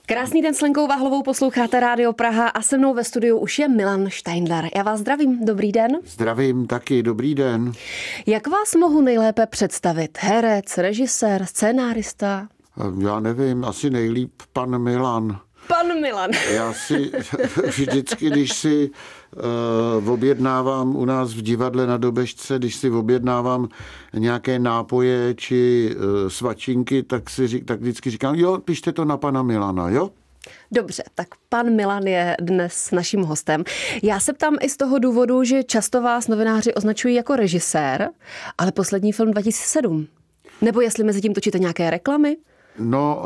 Krásný den s Lenkou Vahlovou, posloucháte Rádio Praha a se mnou ve studiu už je Milan Steindler. Já vás zdravím, dobrý den. Zdravím taky, dobrý den. Jak vás mohu nejlépe představit? Herec, režisér, scénárista? Já nevím, asi nejlíp pan Milan. Pan Milan. Já si vždycky, když si objednávám u nás v divadle na Dobežce, když si objednávám nějaké nápoje či svačinky, tak vždycky říkám, jo, pište to na pana Milana, jo? Dobře, tak pan Milan je dnes naším hostem. Já se ptám i z toho důvodu, že často vás novináři označují jako režisér, ale poslední film 2007. Nebo jestli mezi tím točíte nějaké reklamy? No,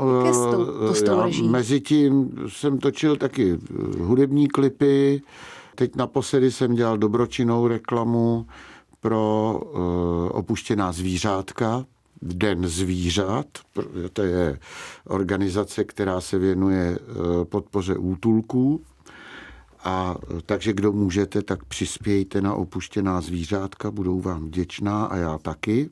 mezi tím jsem točil taky hudební klipy, teď naposledy jsem dělal dobročinnou reklamu pro Opuštěná zvířátka, Den zvířat, to je organizace, která se věnuje podpoře útulků. A takže kdo můžete, tak přispějte na Opuštěná zvířátka, budou vám vděčná a já taky.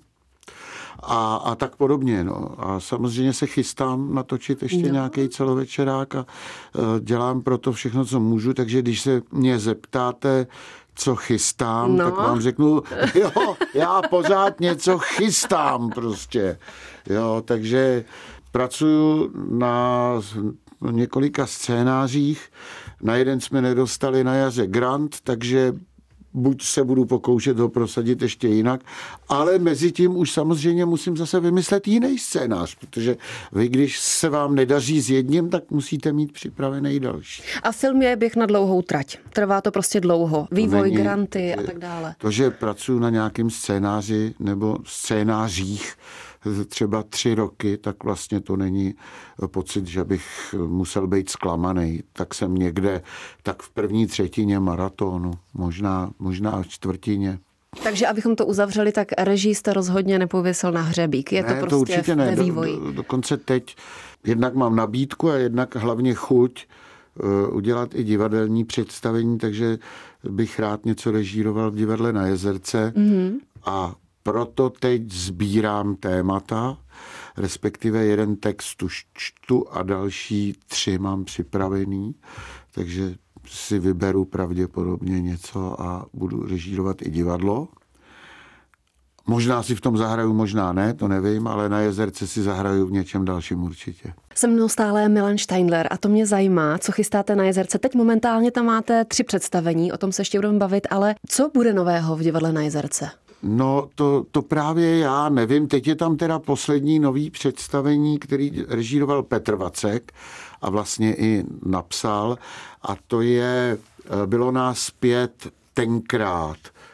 A tak podobně. No. A samozřejmě se chystám natočit ještě nějaký celovečerák a dělám pro to všechno, co můžu, takže když se mě zeptáte, co chystám, tak vám řeknu, jo, já pořád něco chystám prostě. Jo, takže pracuju na několika scénářích. Na jeden jsme nedostali na jaře grant, takže buď se budu pokoušet ho prosadit ještě jinak, ale mezi tím už samozřejmě musím zase vymyslet jiný scénář, protože vy, když se vám nedaří s jedním, tak musíte mít připravený další. A film je běh na dlouhou trať. Trvá to prostě dlouho. Vývoj, granty a tak dále. To, že pracuji na nějakém scénáři nebo scénářích třeba 3 roky, tak vlastně to není pocit, že bych musel být zklamaný. Tak jsem někde tak v první třetině maratonu, možná v čtvrtině. Takže abychom to uzavřeli, tak režii jste rozhodně nepověsil na hřebík. Je to prostě to určitě ve vývoji. Dokonce teď jednak mám nabídku a jednak hlavně chuť udělat i divadelní představení, takže bych rád něco režíroval v divadle na Jezerce. A proto teď sbírám témata, respektive jeden text už čtu a další 3 mám připravený, takže si vyberu pravděpodobně něco a budu režírovat i divadlo. Možná si v tom zahraju, možná ne, to nevím, ale na Jezerce si zahraju v něčem dalším určitě. Se mnou stále Milan Steindler a to mě zajímá, co chystáte na Jezerce. Teď momentálně tam máte 3 představení, o tom se ještě budeme bavit, ale co bude nového v divadle na Jezerce? No, to právě já nevím. Teď je tam teda poslední nový představení, který režíroval Petr Vacek a vlastně i napsal. A to Bylo nás 5 tenkrát.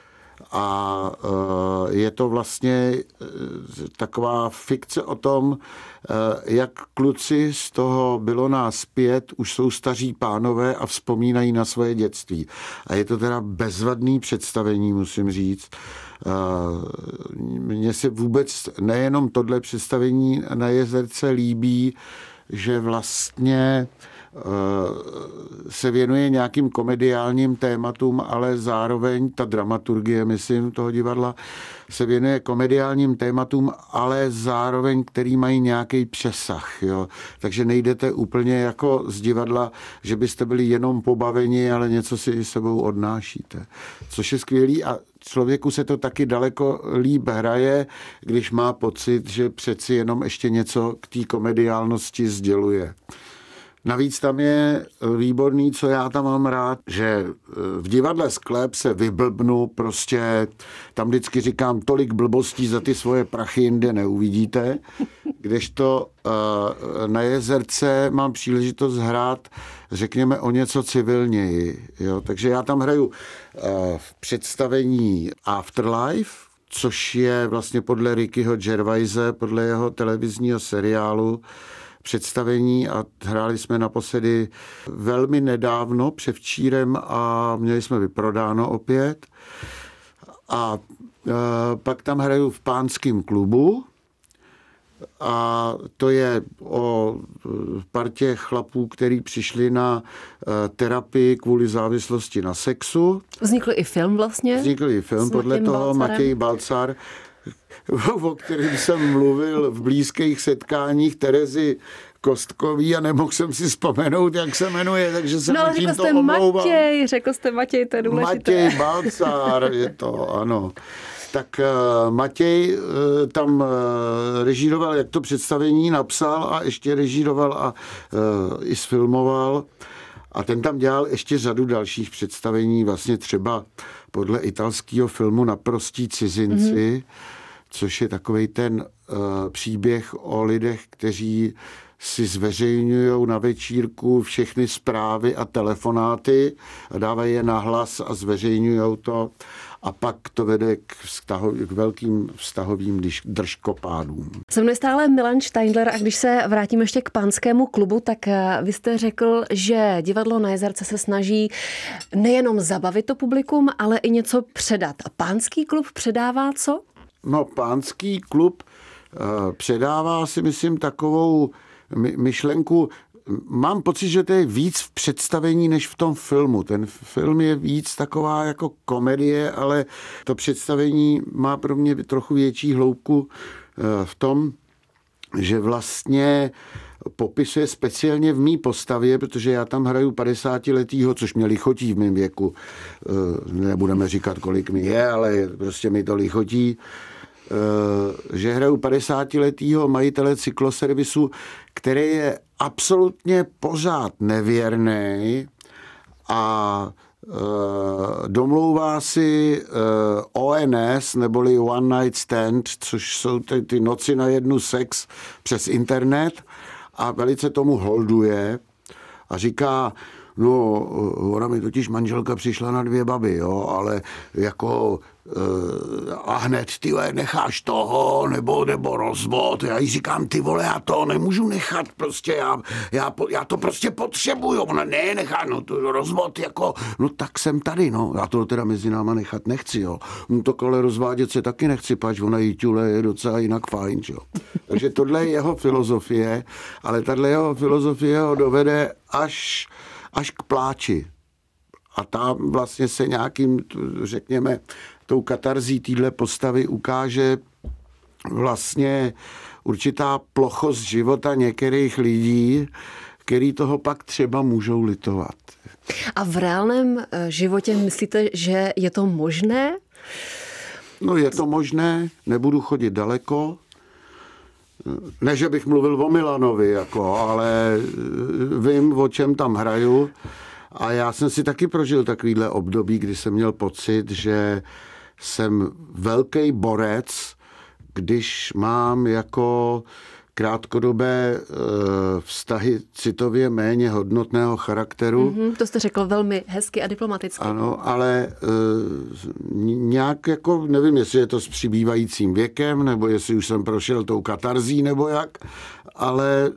A je to vlastně taková fikce o tom, jak kluci z toho Bylo nás 5 už jsou staří pánové a vzpomínají na svoje dětství. A je to teda bezvadný představení, musím říct. Mně se vůbec nejenom tohle představení na Jezerce líbí, že vlastně se věnuje nějakým komediálním tématům, ale zároveň ta dramaturgie, myslím, toho divadla se věnuje komediálním tématům, ale zároveň, který mají nějaký přesah. Jo? Takže nejdete úplně jako z divadla, že byste byli jenom pobaveni, ale něco si sebou odnášíte. Což je skvělý a člověku se to taky daleko líp hraje, když má pocit, že přeci jenom ještě něco k té komediálnosti sděluje. Navíc tam je výborný, co já tam mám rád, že v divadle Sklep se vyblbnu, prostě tam vždycky říkám, tolik blbostí za ty svoje prachy jinde neuvidíte, kdežto na Jezerce mám příležitost hrát, řekněme, o něco civilněji. Jo? Takže já tam hraju v představení Afterlife, což je vlastně podle Rickyho Gervaise, podle jeho televizního seriálu, představení a hráli jsme naposledy velmi nedávno, převčírem a měli jsme vyprodáno opět. A pak tam hraju v Pánském klubu a to je o partě chlapů, který přišli na terapii kvůli závislosti na sexu. Vznikl i film vlastně? Vznikl i film podle toho, Matěj Balcar, o kterém jsem mluvil v blízkých setkáních Terezy Kostkový a nemohl jsem si vzpomenout, jak se jmenuje, takže jsem ale tímto omlouval. Řekl jste Matěj, to je důležité. Matěj Balcár je to, ano. Tak Matěj tam režíroval, jak to představení napsal a ještě režíroval a i sfilmoval. A ten tam dělal ještě řadu dalších představení, vlastně třeba podle italského filmu Naprostí cizinci, což je takovej ten příběh o lidech, kteří si zveřejňují na večírku všechny zprávy a telefonáty a dávají je na hlas a zveřejňují to a pak to vede k velkým vztahovým držkopádům. Se mnou je stále Milan Steindler a když se vrátím ještě k Pánskému klubu, tak vy jste řekl, že divadlo na Jezerce se snaží nejenom zabavit to publikum, ale i něco předat. A Pánský klub předává co? No, Pánský klub předává si, myslím, takovou myšlenku. Mám pocit, že to je víc v představení, než v tom filmu. Ten film je víc taková jako komedie, ale to představení má pro mě trochu větší hloubku v tom, že vlastně popisuje speciálně v mý postavě, protože já tam hraju 50letýho, což mě lichotí v mém věku. Nebudeme říkat, kolik mi je, ale prostě mi to lichotí. Že hraju 50letýho majitele cykloservisu, který je absolutně pořád nevěrný a domlouvá si ONS neboli One Night Stand, což jsou ty noci na jednu sex přes internet a velice tomu holduje a říká, no, ona mi totiž manželka přišla na 2 baby, jo, ale jako a hned, ty vole, necháš toho, nebo rozvod. Já jí říkám, ty vole, já to nemůžu nechat, prostě, já to prostě potřebuju. Ona, ne, nechá, no to rozvod, jako, no tak jsem tady, no. Já to teda mezi náma nechat nechci, jo. No to ale rozvádět se taky nechci, pač ona jí ťule je docela jinak fajn, jo. Takže tohle je jeho filozofie, ale tahle jeho filozofie ho dovede až k pláči. A tam vlastně se nějakým, řekněme, tou katarzí téhle postavy ukáže vlastně určitá plochost života některých lidí, který toho pak třeba můžou litovat. A v reálném životě myslíte, že je to možné? No je to možné, nebudu chodit daleko. Ne, že bych mluvil o Milanovi, jako, ale vím, o čem tam hraju. A já jsem si taky prožil takovýhle období, kdy jsem měl pocit, že jsem velký borec, když mám jako krátkodobé vztahy citově méně hodnotného charakteru. To jste řekl velmi hezky a diplomaticky. Ano, ale nějak jako, nevím, jestli je to s přibývajícím věkem, nebo jestli už jsem prošel tou katarzí, nebo jak, ale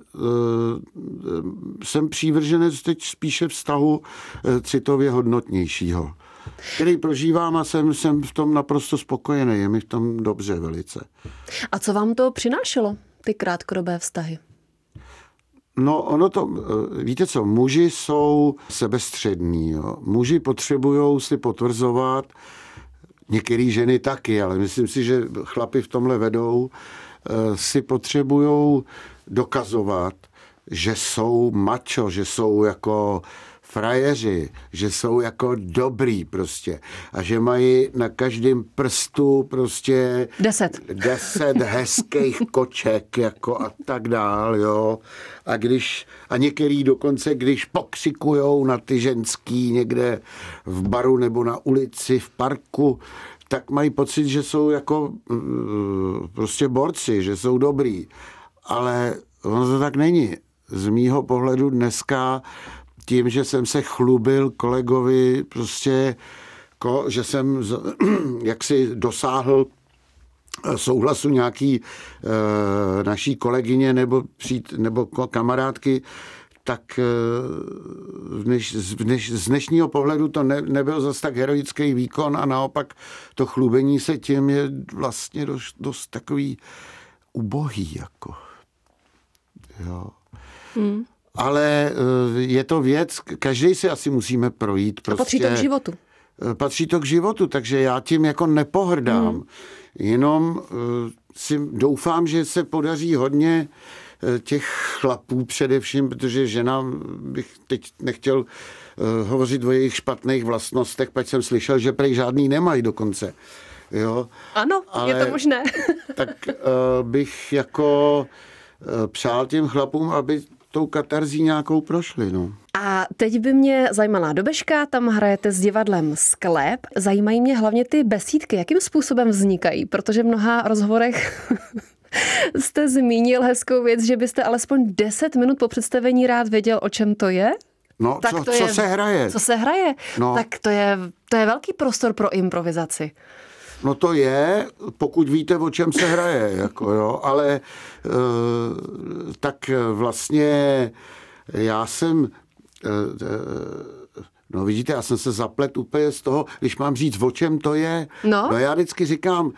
jsem přívrženec teď spíše vztahu citově hodnotnějšího, který prožívám a jsem v tom naprosto spokojený, je mi v tom dobře velice. A co vám to přinášelo, ty krátkodobé vztahy? No ono to, víte co, muži jsou sebestřední, jo. Muži potřebujou si potvrzovat, některé ženy taky, ale myslím si, že chlapi v tomhle vedou, si potřebujou dokazovat, že jsou macho, že jsou jako frajeři, že jsou jako dobrý prostě a že mají na každém prstu prostě 10 hezkých koček jako a tak dál, jo. A některý dokonce, když pokřikujou na ty ženský někde v baru nebo na ulici, v parku, tak mají pocit, že jsou jako prostě borci, že jsou dobrý. Ale ono to tak není. Z mýho pohledu dneska tím, že jsem se chlubil kolegovi prostě, že jsem jaksi dosáhl souhlasu nějaký naší kolegyně nebo kamarádky, tak z dnešního pohledu to nebyl zas tak heroický výkon a naopak to chlubení se tím je vlastně dost takový ubohý, jako. Jo. Ale je to věc, každý si asi musíme projít. Prostě, a patří to k životu. Patří to k životu, takže já tím jako nepohrdám. Jenom si doufám, že se podaří hodně těch chlapů především, protože žena bych teď nechtěl hovořit o jejich špatných vlastnostech, pak jsem slyšel, že prej žádný nemají dokonce. Jo? Ano, ale je to možné. Tak bych jako přál těm chlapům, aby tou katarzí nějakou prošli. No. A teď by mě zajímala Dobeška, tam hrajete s divadlem Sklep. Zajímají mě hlavně ty besídky, jakým způsobem vznikají, protože v mnoha rozhovorech jste zmínil hezkou věc, že byste alespoň 10 minut po představení rád věděl, o čem to je. No, tak co se hraje? Co se hraje? No. Tak to je velký prostor pro improvizaci. No to je, pokud víte, o čem se hraje, jako jo, ale tak vlastně já jsem, no vidíte, já jsem se zaplet úplně z toho, když mám říct, o čem to je. No já vždycky říkám,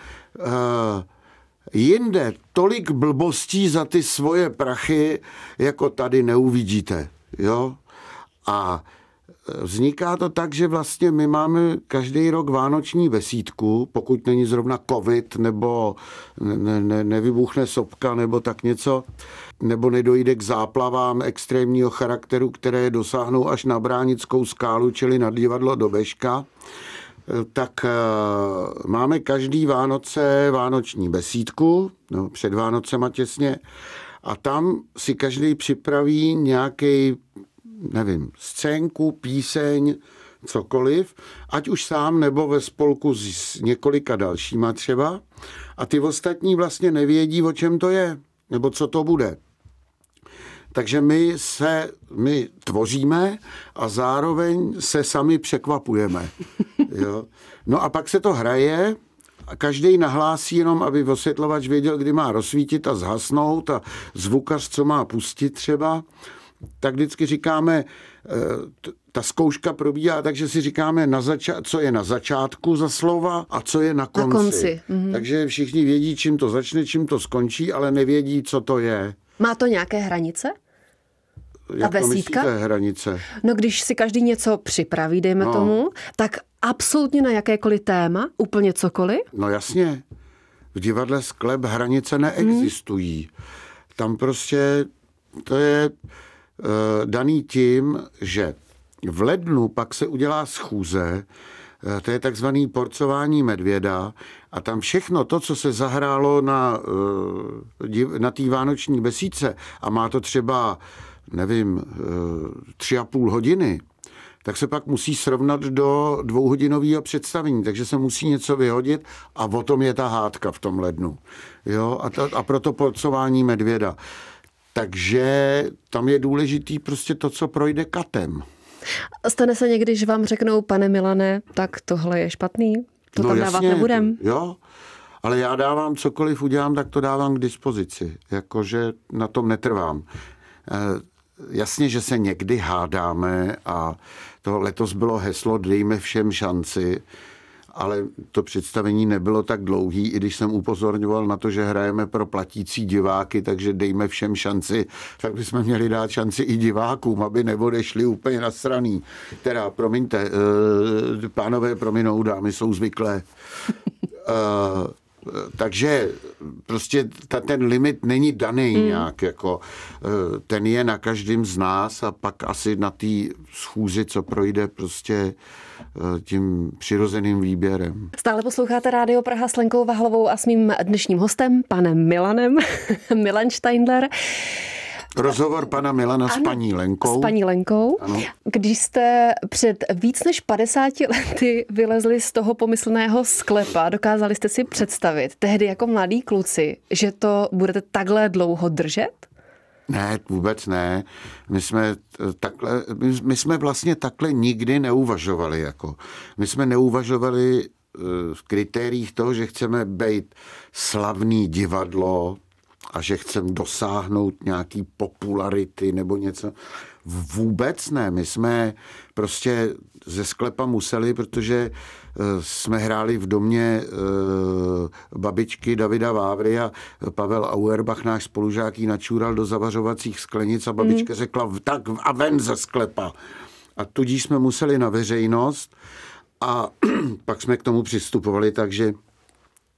jinde tolik blbostí za ty svoje prachy, jako tady neuvidíte, jo. A vzniká to tak, že vlastně my máme každý rok vánoční besídku, pokud není zrovna covid, nebo nevybuchne sopka, nebo tak něco, nebo nedojde k záplavám extrémního charakteru, které dosáhnou až na Bránickou skálu, čili na divadlo Dobeška, tak máme každý Vánoce vánoční besídku, no, před Vánocema těsně, a tam si každý připraví nějaký, nevím, scénku, píseň, cokoliv, ať už sám nebo ve spolku s několika dalšíma třeba. A ty ostatní vlastně nevědí, o čem to je, nebo co to bude. Takže my tvoříme a zároveň se sami překvapujeme. Jo. No a pak se to hraje a každý nahlásí jenom, aby osvětlovač věděl, kdy má rozsvítit a zhasnout a zvukař, co má pustit třeba. Tak vždycky říkáme, ta zkouška probíhá, takže si říkáme, co je na začátku za slova a co je na konci. Mhm. Takže všichni vědí, čím to začne, čím to skončí, ale nevědí, co to je. Má to nějaké hranice? Jak to myslíte, hranice? No když si každý něco připraví, dejme tomu, tak absolutně na jakékoliv téma, úplně cokoliv? No jasně. V divadle Sklep hranice neexistují. Tam prostě to je daný tím, že v lednu pak se udělá schůze, to je takzvaný porcování medvěda a tam všechno to, co se zahrálo na té vánoční besídce a má to třeba, nevím, 3,5 hodiny, tak se pak musí srovnat do 2hodinového představení, takže se musí něco vyhodit a o tom je ta hádka v tom lednu. Jo? A proto porcování medvěda. Takže tam je důležitý prostě to, co projde katem. Stane se někdy, že vám řeknou, pane Milane, tak tohle je špatný, to tam dávat nebudem. Jo, ale já dávám cokoliv udělám, tak to dávám k dispozici, jakože na tom netrvám. Jasně, že se někdy hádáme a to letos bylo heslo dejme všem šanci, ale to představení nebylo tak dlouhý, i když jsem upozorňoval na to, že hrajeme pro platící diváky, takže dejme všem šanci, tak bychom měli dát šanci i divákům, aby neodešli úplně nasraný. Teda, promiňte, pánové prominou, dámy jsou zvyklé. Takže prostě ten limit není daný nějak, jako ten je na každém z nás a pak asi na té schůzi, co projde prostě tím přirozeným výběrem. Stále posloucháte Rádio Praha s Lenkou Vahlovou a s mým dnešním hostem, panem Milanem, Milan Steindler. Rozhovor pana Milana s paní Lenkou. S paní Lenkou. Ano. Když jste před víc než 50 lety vylezli z toho pomyslného sklepa, dokázali jste si představit tehdy jako mladí kluci, že to budete takhle dlouho držet? Ne, vůbec ne. My jsme vlastně takhle nikdy neuvažovali. Jako. My jsme neuvažovali v kritériích toho, že chceme být slavný divadlo, a že chcem dosáhnout nějaký popularity nebo něco. Vůbec ne. My jsme prostě ze Sklepa museli, protože jsme hráli v domě babičky Davida Vávry a Pavel Auerbach, náš spolužák, ji načůral do zavařovacích sklenic a babička řekla, tak a ven ze Sklepa. A tudíž jsme museli na veřejnost a pak jsme k tomu přistupovali, takže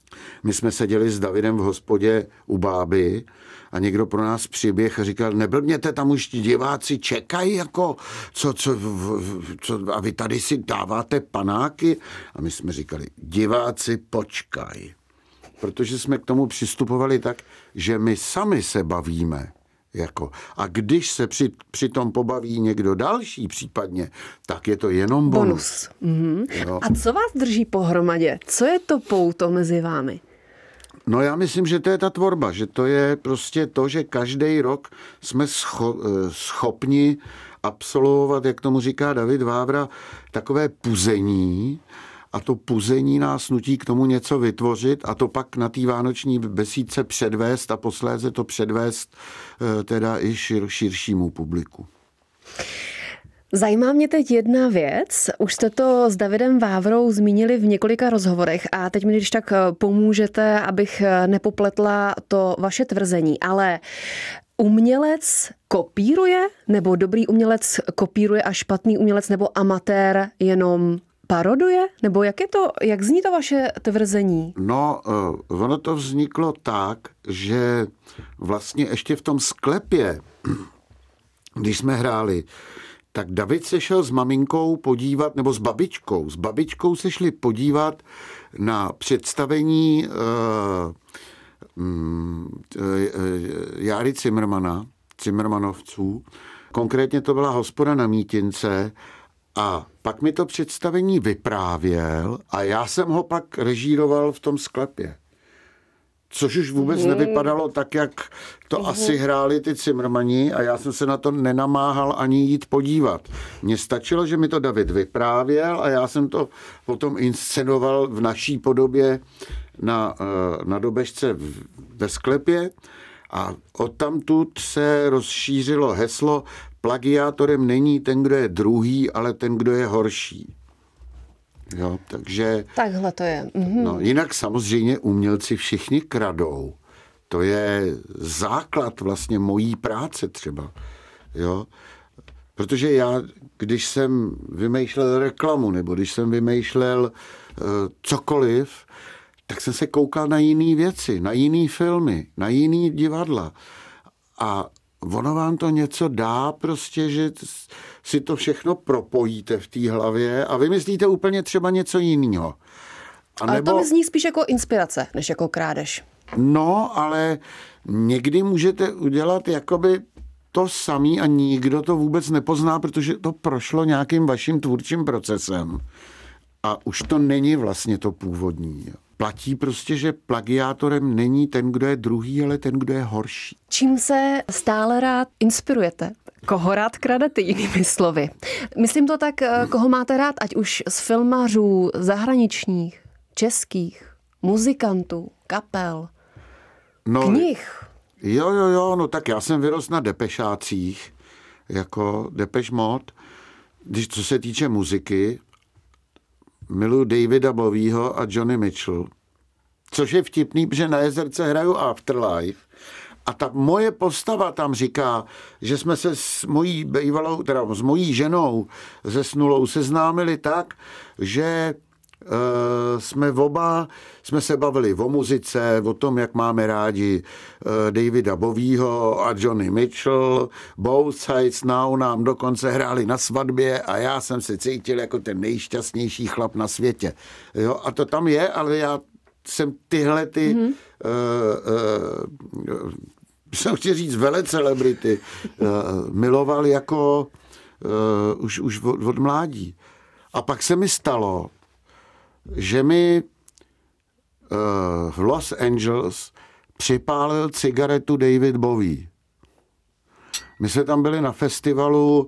My jsme seděli s Davidem v hospodě u báby a někdo pro nás přiběh a říkal, neblbněte, tam už ti diváci čekají, jako, co, a vy tady si dáváte panáky. A my jsme říkali, diváci počkaj. Protože jsme k tomu přistupovali tak, že my sami se bavíme. Jako. A když se při tom pobaví někdo další případně, tak je to jenom bonus. A co vás drží pohromadě? Co je to pouto mezi vámi? No já myslím, že to je ta tvorba, že to je prostě to, že každý rok jsme schopni absolvovat, jak tomu říká David Vávra, takové puzení, a to puzení nás nutí k tomu něco vytvořit a to pak na té vánoční besídce předvést a posléze to předvést teda i širšímu publiku. Zajímá mě teď jedna věc. Už jste to s Davidem Vávrou zmínili v několika rozhovorech a teď mi když tak pomůžete, abych nepopletla to vaše tvrzení, ale umělec kopíruje, nebo dobrý umělec kopíruje a špatný umělec nebo amatér jenom paroduje? Nebo jak zní to vaše tvrzení? No, ono to vzniklo tak, že vlastně ještě v tom sklepě, když jsme hráli, tak David se šel s maminkou podívat, nebo s babičkou se šli podívat na představení Járy Cimrmanovců. Konkrétně to byla Hospoda na Mítince a pak mi to představení vyprávěl a já jsem ho pak režíroval v tom sklepě. Což už vůbec nevypadalo tak, jak to asi hráli ty Cimrmani a já jsem se na to nenamáhal ani jít podívat. Mně stačilo, že mi to David vyprávěl a já jsem to potom inscenoval v naší podobě na Dobežce ve sklepě a odtamtud se rozšířilo heslo plagiátorem není ten, kdo je druhý, ale ten, kdo je horší. Jo, takže... Takhle to je. No, jinak samozřejmě umělci všichni kradou. To je základ vlastně mojí práce třeba. Jo? Protože já, když jsem vymýšlel reklamu, nebo když jsem vymýšlel cokoliv, tak jsem se koukal na jiné věci, na jiné filmy, na jiné divadla. A ono vám to něco dá prostě, že si to všechno propojíte v té hlavě a vymyslíte úplně třeba něco jiného. Ale to mi zní spíš jako inspirace, než jako krádež. No, ale někdy můžete udělat jakoby to samý a nikdo to vůbec nepozná, protože to prošlo nějakým vaším tvůrčím procesem. A už to není vlastně to původní. Platí prostě, že plagiátorem není ten, kdo je druhý, ale ten, kdo je horší. Čím se stále rád inspirujete? Koho rád kradete, jinými slovy? Myslím to tak, koho máte rád, ať už z filmařů, zahraničních, českých, muzikantů, kapel, knih. Jo, no tak já jsem vyrost na depešácích, jako Depeche Mode, co se týče muziky, miluji Davida Bowieho a Johnny Mitchell, což je vtipný, protože na Jezerce hraju Afterlife a ta moje postava tam říká, že jsme se s mojí bývalou, teda s mojí ženou zesnulou seznámili tak, že jsme se bavili o muzice, o tom, jak máme rádi Davida Bowieho a Johnny Mitchell. Both Sides Now nám dokonce hráli na svatbě a já jsem se cítil jako ten nejšťastnější chlap na světě. Jo, a to tam je, ale já jsem tyhle jsem chtěl říct velecelebrity, miloval jako už od mládí. A pak se mi stalo, že mi v Los Angeles připálil cigaretu David Bowie. My jsme tam byli na festivalu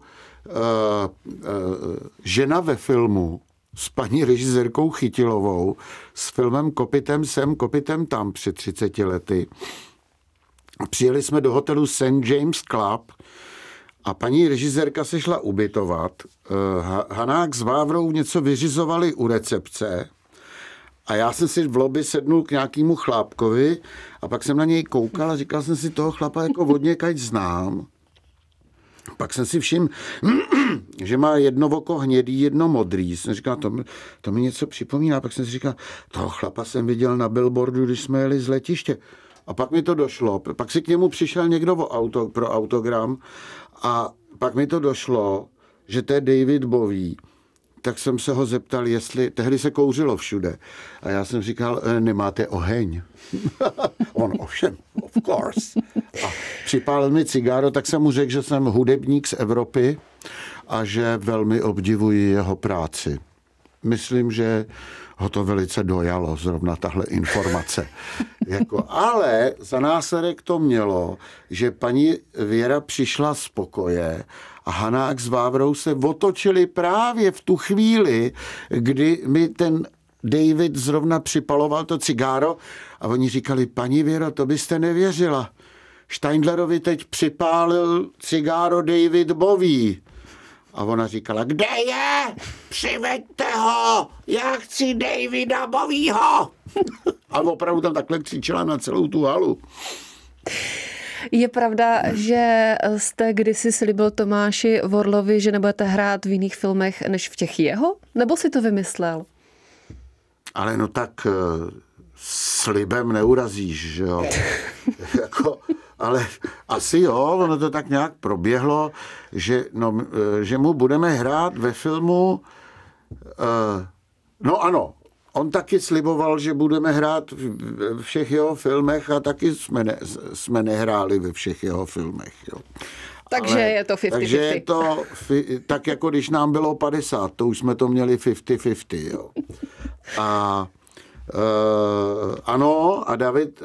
Žena ve filmu s paní režisérkou Chytilovou s filmem Kopitem sem, kopitem tam před 30 lety. Přijeli jsme do hotelu St. James Club a paní režisérka se šla ubytovat. Hanák s Vávrou něco vyřizovali u recepce a já jsem si v lobby sednul k nějakému chlápkovi a pak jsem na něj koukal a říkal jsem si, toho chlapa jako od někať znám. Pak jsem si všiml, že má jedno oko hnědý, jedno modrý. Jsem říkal, to mi něco připomíná. Pak jsem si říkal, toho chlapa jsem viděl na billboardu, když jsme jeli z letiště. A pak mi to došlo. Pak si k němu přišel někdo pro autogram a pak mi to došlo, že to je David Bowie. Tak jsem se ho zeptal, jestli... Tehdy se kouřilo všude. A já jsem říkal, nemáte oheň? On, ovšem, of course. A připálil mi cigáro, tak jsem mu řekl, že jsem hudebník z Evropy a že velmi obdivuji jeho práci. Myslím, že ho to velice dojalo, zrovna tahle informace. Ale za následek to mělo, že paní Věra přišla z pokoje a Hanák s Vávrou se otočili právě v tu chvíli, kdy mi ten David zrovna připaloval to cigáro a oni říkali, paní Věro, to byste nevěřila. Steindlerovi teď připálil cigáro David Bowie. A ona říkala, kde je? Přiveďte ho! Já chci Davida Bowieho! A opravdu tam takhle křičela na celou tu halu. Je pravda, že jste kdysi slíbil Tomáši Vorlovi, že nebudete hrát v jiných filmech než v těch jeho? Nebo si to vymyslel? Ale no tak slibem neurazíš, že jo? Ale asi jo, ono to tak nějak proběhlo, že mu budeme hrát ve filmu, no ano, on taky sliboval, že budeme hrát ve všech jeho filmech a taky jsme nehráli ve všech jeho filmech, jo. Takže je to 50-50. Takže je to tak, jako když nám bylo 50, to už jsme to měli 50-50, jo. A ano, a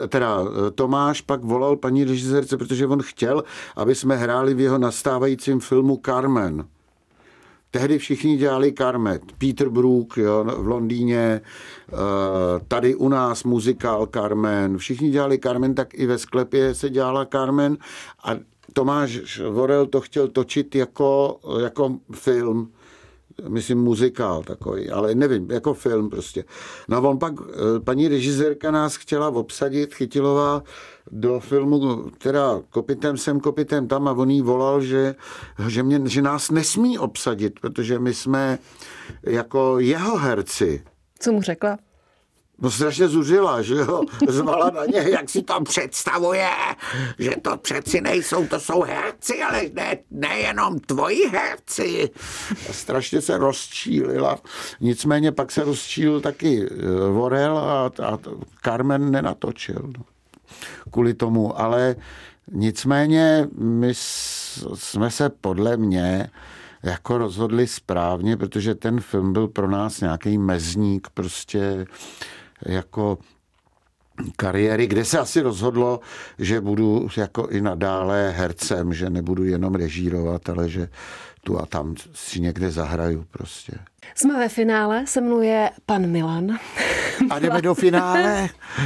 Tomáš pak volal paní režisérce, protože on chtěl, aby jsme hráli v jeho nastávajícím filmu Carmen. Tehdy všichni dělali Carmen. Peter Brook, jo, v Londýně, tady u nás muzikál Carmen. Všichni dělali Carmen, tak i ve sklepě se dělala Carmen a Tomáš Vorel to chtěl točit jako film. Myslím muzikál takový, ale nevím, jako film prostě. No a on pak, paní režisérka nás chtěla obsadit, Chytilová, do filmu, teda Kopytem sem, kopytem tam a on jí volal, že nás nesmí obsadit, protože my jsme jako jeho herci. Co mu řekla? No strašně zuřila, že jo, zvala na ně, jak si to představuje, že to přeci nejsou, to jsou herci, ale nejenom tvoji herci. A strašně se rozčílila. Nicméně pak se rozčílil taky Vorel a Carmen nenatočil. No. Kvůli tomu, ale nicméně my jsme se podle mě jako rozhodli správně, protože ten film byl pro nás nějaký mezník prostě jako kariéry, kde se asi rozhodlo, že budu jako i nadále hercem, že nebudu jenom režírovat, ale že tu a tam si někde zahraju prostě. Jsme ve finále, se mnou pan Milan. A jdeme do finále.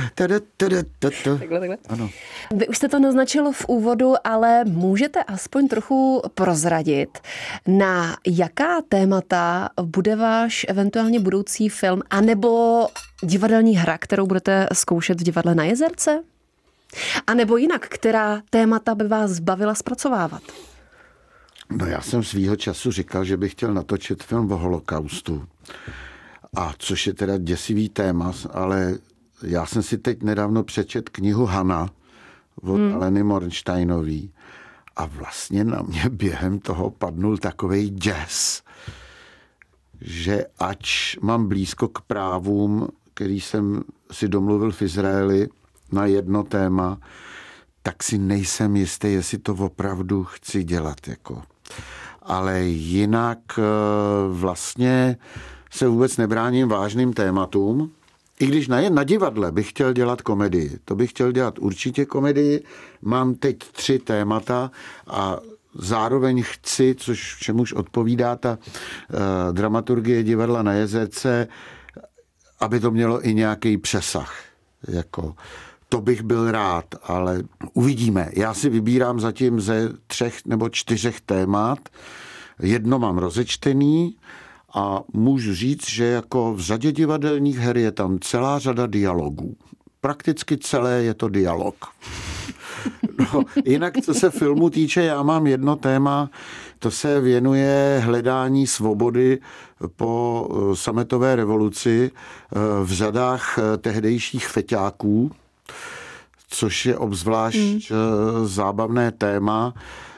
Takhle. Ano. Vy už jste to naznačil v úvodu, ale můžete aspoň trochu prozradit, na jaká témata bude váš eventuálně budoucí film, anebo divadelní hra, kterou budete zkoušet v divadle na Jezerce? A nebo jinak, která témata by vás bavila zpracovávat? No já jsem svýho času říkal, že bych chtěl natočit film o holokaustu. A což je teda děsivý téma, ale já jsem si teď nedávno přečet knihu Hana od Aleny Mornsteinový a vlastně na mě během toho padnul takovej děs, že ač mám blízko k právům, který jsem si domluvil v Izraeli na jedno téma, tak si nejsem jistý, jestli to opravdu chci dělat. Jako. Ale jinak vlastně se vůbec nebráním vážným tématům. I když na divadle bych chtěl dělat komedii. To bych chtěl dělat určitě komedii. Mám teď 3 témata a zároveň chci, čemuž odpovídá ta dramaturgie divadla na Jezerce, aby to mělo i nějaký přesah. Jako, to bych byl rád, ale uvidíme. Já si vybírám zatím ze 3 nebo 4 témat. Jedno mám rozečtený a můžu říct, že jako v řadě divadelních her je tam celá řada dialogů. Prakticky celé je to dialog. No, jinak, co se filmu týče, já mám jedno téma, to se věnuje hledání svobody po sametové revoluci v řadách tehdejších feťáků, což je obzvlášť zábavné téma.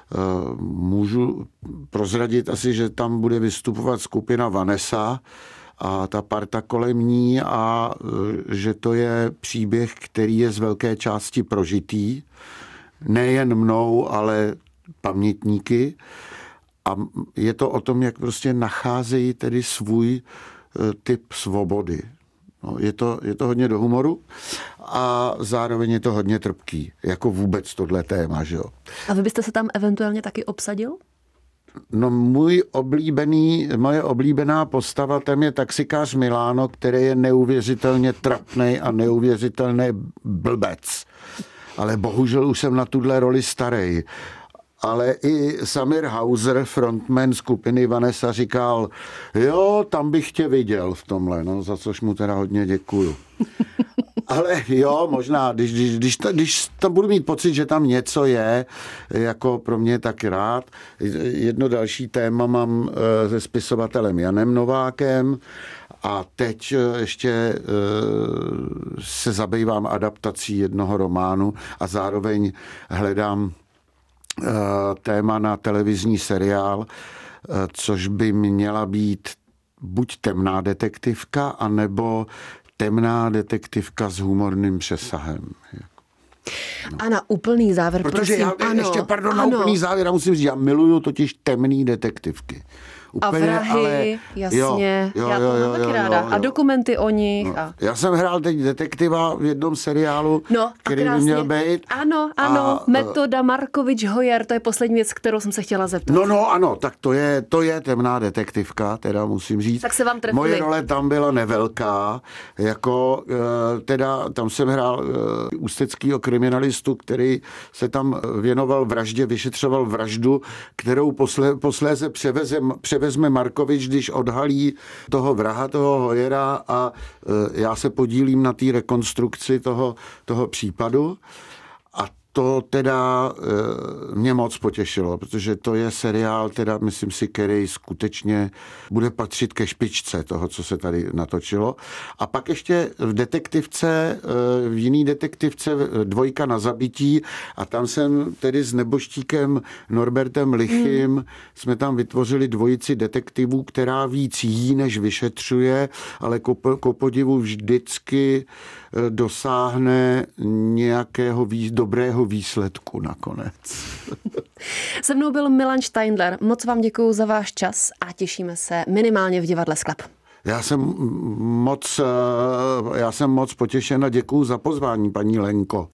Můžu prozradit asi, že tam bude vystupovat skupina Vanessa a ta parta kolem ní a že to je příběh, který je z velké části prožitý. Nejen mnou, ale pamětníky. A je to o tom, jak prostě nacházejí tedy svůj typ svobody. No, je to hodně do humoru a zároveň je to hodně trpký. Jako vůbec tohle téma, že jo. A vy byste se tam eventuálně taky obsadil? No, moje oblíbená postava tam je taxikář Milano, který je neuvěřitelně trapnej a neuvěřitelný blbec. Ale bohužel už jsem na tuhle roli starej. Ale i Samir Hauser, frontman skupiny Vanessa, říkal, jo, tam bych tě viděl v tomhle, no, za což mu teda hodně děkuju. Ale jo, možná, když tam budu mít pocit, že tam něco je, jako pro mě tak rád. Jedno další téma mám se spisovatelem Janem Novákem a teď ještě se zabývám adaptací jednoho románu a zároveň hledám téma na televizní seriál, což by měla být buď temná detektivka, anebo temná detektivka s humorným přesahem. No. A na úplný závěr, protože prosím. Na úplný závěr, já musím říct, já miluju totiž temný detektivky. Úplně, a vrahy, jasně, já to mám taky ráda. A dokumenty o nich. No. Já jsem hrál teď detektiva v jednom seriálu, který by měl být. Ano, Metoda Markovič-Hojer, to je poslední věc, kterou jsem se chtěla zeptat. Ano, tak to je temná detektivka, teda musím říct. Tak se vám trefili. Moje role tam byla nevelká, jako teda tam jsem hrál ústeckýho kriminalistu, který se tam věnoval vraždě, vyšetřoval vraždu, kterou posléze převezme Markovič, když odhalí toho vraha, toho Hojera a já se podílím na té rekonstrukci toho případu. A to teda mě moc potěšilo, protože to je seriál, teda myslím si, který skutečně bude patřit ke špičce toho, co se tady natočilo. A pak ještě v jiný detektivce Dvojka na zabití a tam jsem tedy s neboštíkem Norbertem Lichym jsme tam vytvořili dvojici detektivů, která víc jí, než vyšetřuje, ale ku podivu vždycky dosáhne nějakého dobrého výsledku nakonec. Se mnou byl Milan Steindler. Moc vám děkuju za váš čas a těšíme se minimálně v divadle Sklep. Já jsem moc potěšen a děkuju za pozvání, paní Lenko.